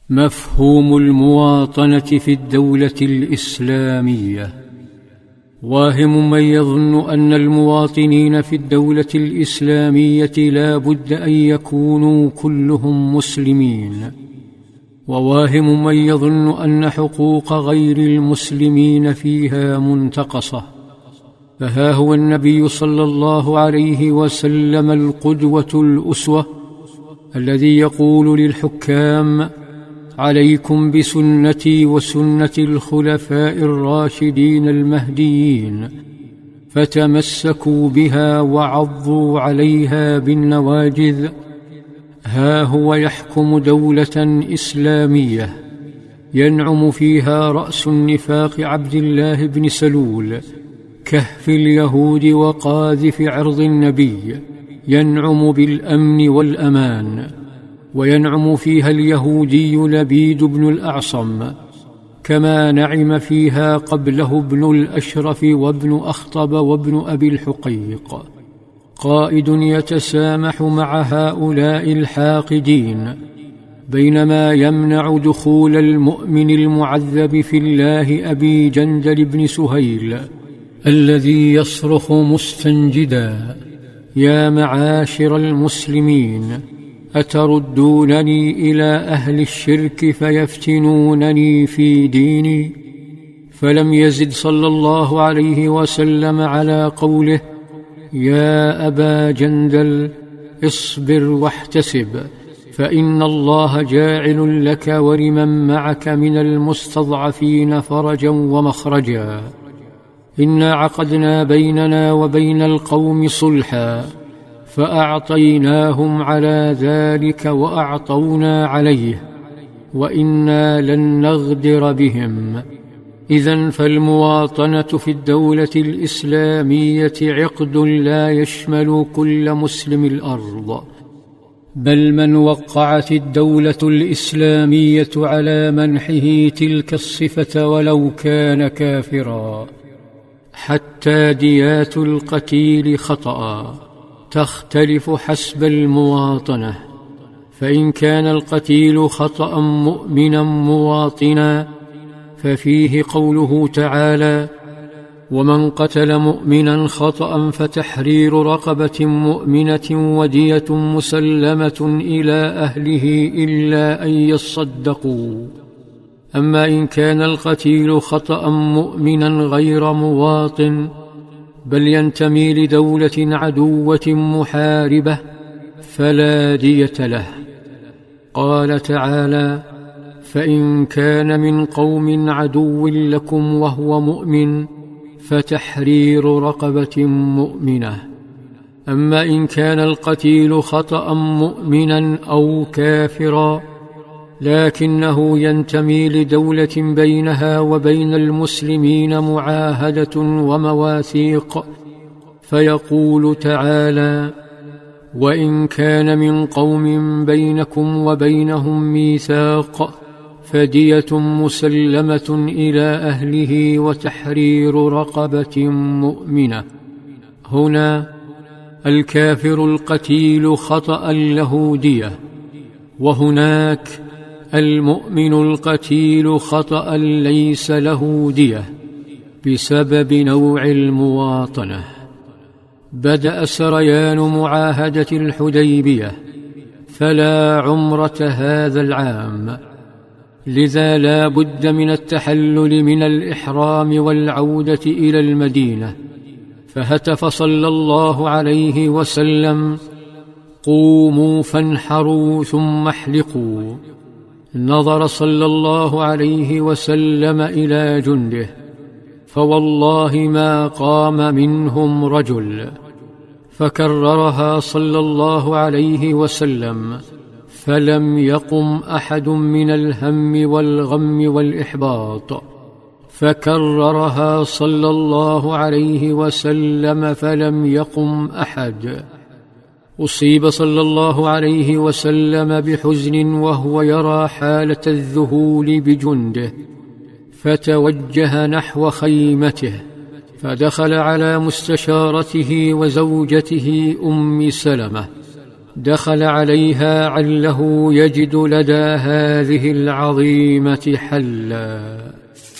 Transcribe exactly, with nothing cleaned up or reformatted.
مفهوم المواطنة في الدولة الإسلامية. واهم من يظن أن المواطنين في الدولة الإسلامية لا بد أن يكونوا كلهم مسلمين، وواهم من يظن أن حقوق غير المسلمين فيها منتقصة. فها هو النبي صلى الله عليه وسلم القدوة الأسوة الذي يقول للحكام: عليكم بسنتي وسنة الخلفاء الراشدين المهديين، فتمسكوا بها وعضوا عليها بالنواجذ. ها هو يحكم دولة إسلامية ينعم فيها رأس النفاق عبد الله بن سلول، كهف اليهود وقاذف عرض النبي، ينعم بالأمن والأمان، وينعم فيها اليهودي لبيد بن الأعصم، كما نعم فيها قبله ابن الأشرف وابن أخطب وابن أبي الحقيق. قائد يتسامح مع هؤلاء الحاقدين، بينما يمنع دخول المؤمن المعذب في الله أبي جندل بن سهيل الذي يصرخ مستنجدا: يا معاشر المسلمين، أتردونني إلى أهل الشرك فيفتنونني في ديني؟ فلم يزد صلى الله عليه وسلم على قوله: يا أبا جندل، اصبر واحتسب، فإن الله جاعل لك ولمن معك من المستضعفين فرجا ومخرجا. إنا عقدنا بيننا وبين القوم صلحا، فأعطيناهم على ذلك وأعطونا عليه، وإنا لن نغدر بهم. إذن فالمواطنة في الدولة الإسلامية عقد لا يشمل كل مسلم الأرض، بل من وقعت الدولة الإسلامية على منحه تلك الصفة ولو كان كافرا. حتى ديات القتيل خطأ تختلف حسب المواطنة، فإن كان القتيل خطأ مؤمنا مواطنا ففيه قوله تعالى: ومن قتل مؤمنا خطأ فتحرير رقبة مؤمنة ودية مسلمة إلى أهله إلا أن يصدقوا. أما إن كان القتيل خطأ مؤمنا غير مواطن بل ينتمي لدولة عدوة محاربة فلا دية له. قال تعالى: فإن كان من قوم عدو لكم وهو مؤمن فتحرير رقبة مؤمنة. أما إن كان القتيل خطأ مؤمنا أو كافرا لكنه ينتمي لدولة بينها وبين المسلمين معاهدة ومواثيق، فيقول تعالى: وإن كان من قوم بينكم وبينهم ميثاق فدية مسلمة إلى أهله وتحرير رقبة مؤمنة. هنا الكافر القتيل خطأ له دية، وهناك المؤمن القتيل خطأ ليس له دية بسبب نوع المواطنة. بدأ سريان معاهدة الحديبية فلا عمرة هذا العام، لذا لا بد من التحلل من الإحرام والعودة إلى المدينة. فهتف صلى الله عليه وسلم: قوموا فانحروا ثم احلقوا. نظر صلى الله عليه وسلم إلى جنده فوالله ما قام منهم رجل، فكررها صلى الله عليه وسلم فلم يقم أحد من الهم والغم والإحباط، فكررها صلى الله عليه وسلم فلم يقم أحد. أصيب صلى الله عليه وسلم بحزن وهو يرى حالة الذهول بجنده، فتوجه نحو خيمته، فدخل على مستشارته وزوجته أم سلمة دخل عليها عله يجد لدى هذه العظيمة حلا.